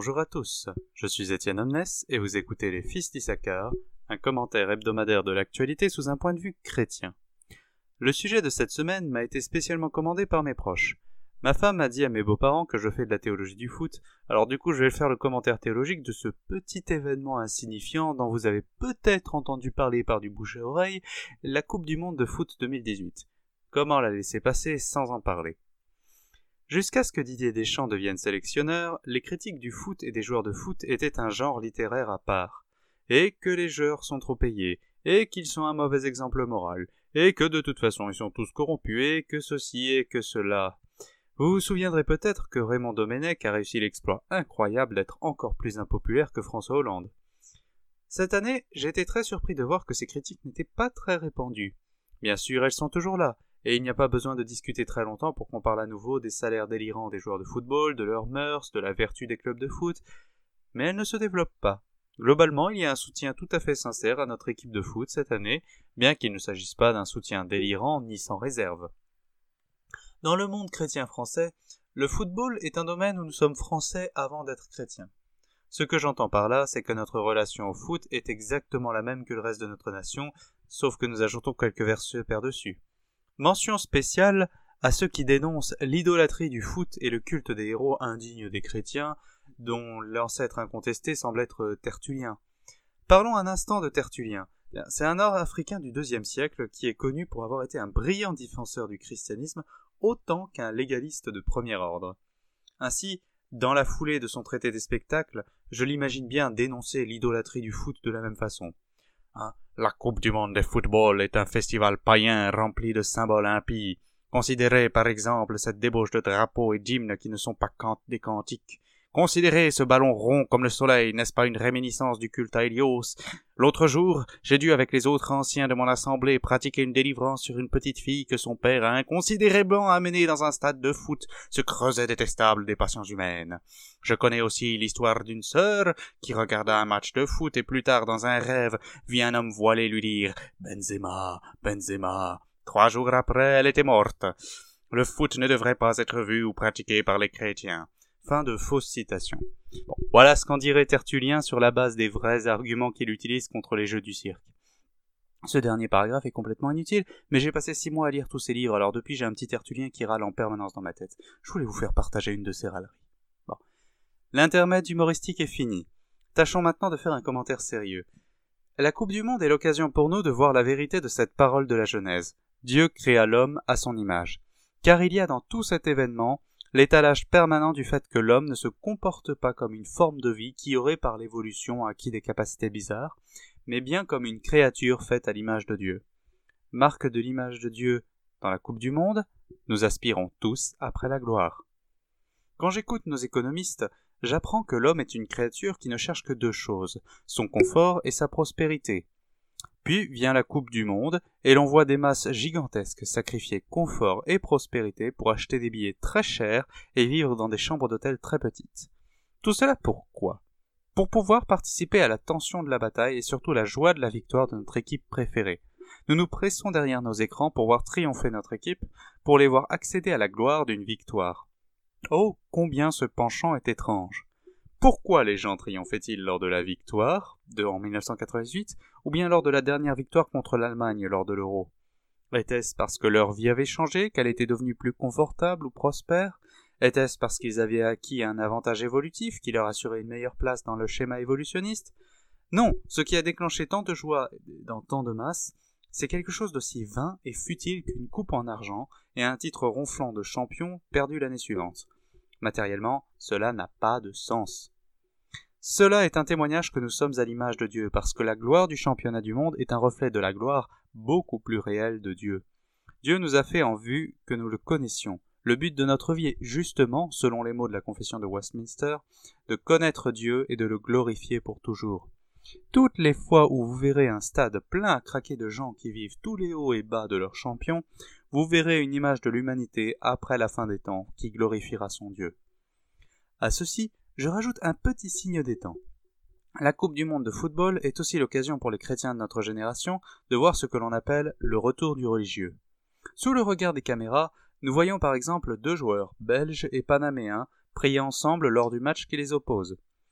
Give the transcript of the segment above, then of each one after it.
Bonjour à tous, je suis Étienne Omnes et vous écoutez Les Fils d'Issachar, un commentaire hebdomadaire de l'actualité sous un point de vue chrétien. Le sujet de cette semaine m'a été spécialement commandé par mes proches. Ma femme a dit à mes beaux-parents que je fais de la théologie du foot, alors du coup je vais faire le commentaire théologique de ce petit événement insignifiant dont vous avez peut-être entendu parler par du bouche à oreille, la Coupe du Monde de foot 2018. Comment la laisser passer sans en parler ? Jusqu'à ce que Didier Deschamps devienne sélectionneur, les critiques du foot et des joueurs de foot étaient un genre littéraire à part. Et que les joueurs sont trop payés, et qu'ils sont un mauvais exemple moral, et que de toute façon ils sont tous corrompus, et que ceci et que cela. Vous vous souviendrez peut-être que Raymond Domenech a réussi l'exploit incroyable d'être encore plus impopulaire que François Hollande. Cette année, j'ai été très surpris de voir que ces critiques n'étaient pas très répandues. Bien sûr, elles sont toujours là, et il n'y a pas besoin de discuter très longtemps pour qu'on parle à nouveau des salaires délirants des joueurs de football, de leurs mœurs, de la vertu des clubs de foot, mais elles ne se développent pas. Globalement, il y a un soutien tout à fait sincère à notre équipe de foot cette année, bien qu'il ne s'agisse pas d'un soutien délirant ni sans réserve. Dans le monde chrétien français, le football est un domaine où nous sommes français avant d'être chrétiens. Ce que j'entends par là, c'est que notre relation au foot est exactement la même que le reste de notre nation, sauf que nous ajoutons quelques versets par-dessus. Mention spéciale à ceux qui dénoncent l'idolâtrie du foot et le culte des héros indignes des chrétiens, dont l'ancêtre incontesté semble être Tertullien. Parlons un instant de Tertullien. C'est un Nord-Africain du IIe siècle qui est connu pour avoir été un brillant défenseur du christianisme autant qu'un légaliste de premier ordre. Ainsi, dans la foulée de son traité des spectacles, je l'imagine bien dénoncer l'idolâtrie du foot de la même façon. La Coupe du Monde de football est un festival païen rempli de symboles impies. Considérez par exemple cette débauche de drapeaux et d'hymnes qui ne sont pas des cantiques. Considérez ce ballon rond comme le soleil, n'est-ce pas une réminiscence du culte à Hélios ? L'autre jour, j'ai dû avec les autres anciens de mon assemblée pratiquer une délivrance sur une petite fille que son père a inconsidérablement amenée dans un stade de foot, ce creuset détestable des passions humaines. Je connais aussi l'histoire d'une sœur qui regarda un match de foot et plus tard dans un rêve vit un homme voilé lui dire « Benzema, Benzema ». 3 jours après, elle était morte. Le foot ne devrait pas être vu ou pratiqué par les chrétiens. Fin de fausse citation. Bon, voilà ce qu'en dirait Tertullien sur la base des vrais arguments qu'il utilise contre les jeux du cirque. Ce dernier paragraphe est complètement inutile, mais j'ai passé 6 mois à lire tous ces livres, alors depuis j'ai un petit Tertullien qui râle en permanence dans ma tête. Je voulais vous faire partager une de ces râleries. Bon. L'intermède humoristique est fini. Tâchons maintenant de faire un commentaire sérieux. La Coupe du Monde est l'occasion pour nous de voir la vérité de cette parole de la Genèse. Dieu créa l'homme à son image. Car il y a dans tout cet événement l'étalage permanent du fait que l'homme ne se comporte pas comme une forme de vie qui aurait par l'évolution acquis des capacités bizarres, mais bien comme une créature faite à l'image de Dieu. Marque de l'image de Dieu dans la Coupe du Monde, nous aspirons tous après la gloire. Quand j'écoute nos économistes, j'apprends que l'homme est une créature qui ne cherche que 2 choses, son confort et sa prospérité. Puis vient la Coupe du Monde, et l'on voit des masses gigantesques sacrifier confort et prospérité pour acheter des billets très chers et vivre dans des chambres d'hôtel très petites. Tout cela pourquoi ? Pour pouvoir participer à la tension de la bataille et surtout la joie de la victoire de notre équipe préférée. Nous nous pressons derrière nos écrans pour voir triompher notre équipe, pour les voir accéder à la gloire d'une victoire. Oh, combien ce penchant est étrange ! Pourquoi les gens triomphaient-ils lors de la victoire en 1998 ou bien lors de la dernière victoire contre l'Allemagne lors de l'Euro ? Était-ce parce que leur vie avait changé, qu'elle était devenue plus confortable ou prospère ? Était-ce parce qu'ils avaient acquis un avantage évolutif qui leur assurait une meilleure place dans le schéma évolutionniste ? Non, ce qui a déclenché tant de joie dans tant de masse, c'est quelque chose d'aussi vain et futile qu'une coupe en argent et un titre ronflant de champion perdu l'année suivante. Matériellement, cela n'a pas de sens. Cela est un témoignage que nous sommes à l'image de Dieu, parce que la gloire du championnat du monde est un reflet de la gloire beaucoup plus réelle de Dieu. Dieu nous a fait en vue que nous le connaissions. Le but de notre vie est justement, selon les mots de la confession de Westminster, de connaître Dieu et de le glorifier pour toujours. Toutes les fois où vous verrez un stade plein à craquer de gens qui vivent tous les hauts et bas de leur champion, vous verrez une image de l'humanité après la fin des temps qui glorifiera son Dieu. À ceci, je rajoute un petit signe des temps. La Coupe du Monde de football est aussi l'occasion pour les chrétiens de notre génération de voir ce que l'on appelle le retour du religieux. Sous le regard des caméras, nous voyons par exemple 2 joueurs, belges et panaméens, prier ensemble lors du match qui les oppose.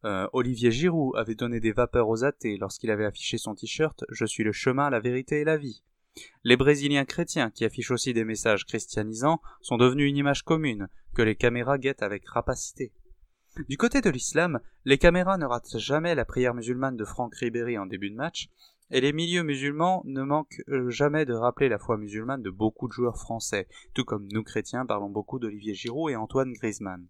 Olivier Giroud avait donné des vapeurs aux athées lorsqu'il avait affiché son t-shirt « Je suis le chemin, la vérité et la vie ». Les Brésiliens chrétiens, qui affichent aussi des messages christianisants, sont devenus une image commune, que les caméras guettent avec rapacité. Du côté de l'islam, les caméras ne ratent jamais la prière musulmane de Franck Ribéry en début de match, et les milieux musulmans ne manquent jamais de rappeler la foi musulmane de beaucoup de joueurs français, tout comme nous chrétiens parlons beaucoup d'Olivier Giroud et Antoine Griezmann.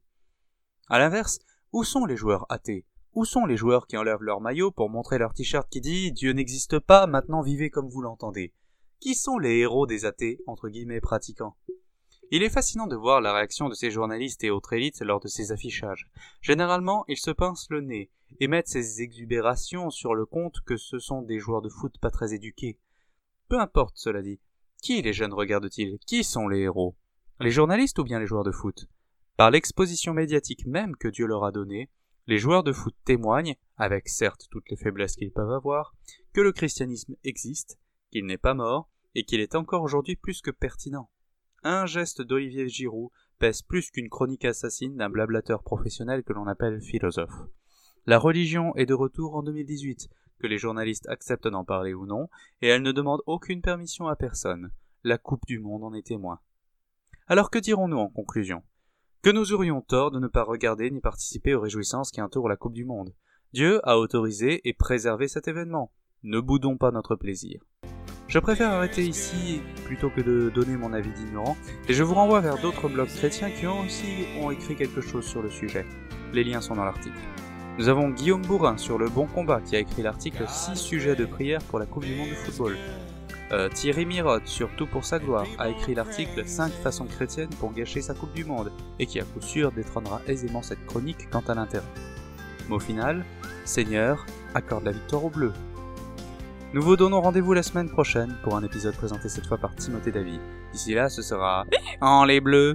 A l'inverse, où sont les joueurs athées ? Où sont les joueurs qui enlèvent leur maillot pour montrer leur t-shirt qui dit « Dieu n'existe pas, maintenant vivez comme vous l'entendez » ? Qui sont les héros des athées, entre guillemets, pratiquants ? Il est fascinant de voir la réaction de ces journalistes et autres élites lors de ces affichages. Généralement, ils se pincent le nez et mettent ces exubérations sur le compte que ce sont des joueurs de foot pas très éduqués. Peu importe, cela dit. Qui les jeunes regardent-ils ? Qui sont les héros ? Les journalistes ou bien les joueurs de foot ? Par l'exposition médiatique même que Dieu leur a donnée, les joueurs de foot témoignent, avec certes toutes les faiblesses qu'ils peuvent avoir, que le christianisme existe, qu'il n'est pas mort et qu'il est encore aujourd'hui plus que pertinent. Un geste d'Olivier Giroud pèse plus qu'une chronique assassine d'un blablateur professionnel que l'on appelle philosophe. La religion est de retour en 2018, que les journalistes acceptent d'en parler ou non, et elle ne demande aucune permission à personne. La Coupe du Monde en est témoin. Alors que dirons-nous en conclusion ? Que nous aurions tort de ne pas regarder ni participer aux réjouissances qui entourent la Coupe du Monde. Dieu a autorisé et préservé cet événement. Ne boudons pas notre plaisir. Je préfère arrêter ici plutôt que de donner mon avis d'ignorant, et je vous renvoie vers d'autres blogs chrétiens qui ont écrit quelque chose sur le sujet. Les liens sont dans l'article. Nous avons Guillaume Bourrin sur le Bon Combat qui a écrit l'article 6 sujets de prière pour la Coupe du Monde de football. Thierry Mirotte sur Tout pour sa gloire a écrit l'article 5 façons chrétiennes pour gâcher sa Coupe du Monde et qui à coup sûr détrônera aisément cette chronique quant à l'intérêt. Mot final, Seigneur, accorde la victoire aux Bleus. Nous vous donnons rendez-vous la semaine prochaine pour un épisode présenté cette fois par Timothée Davy. D'ici là, ce sera « En les Bleus !»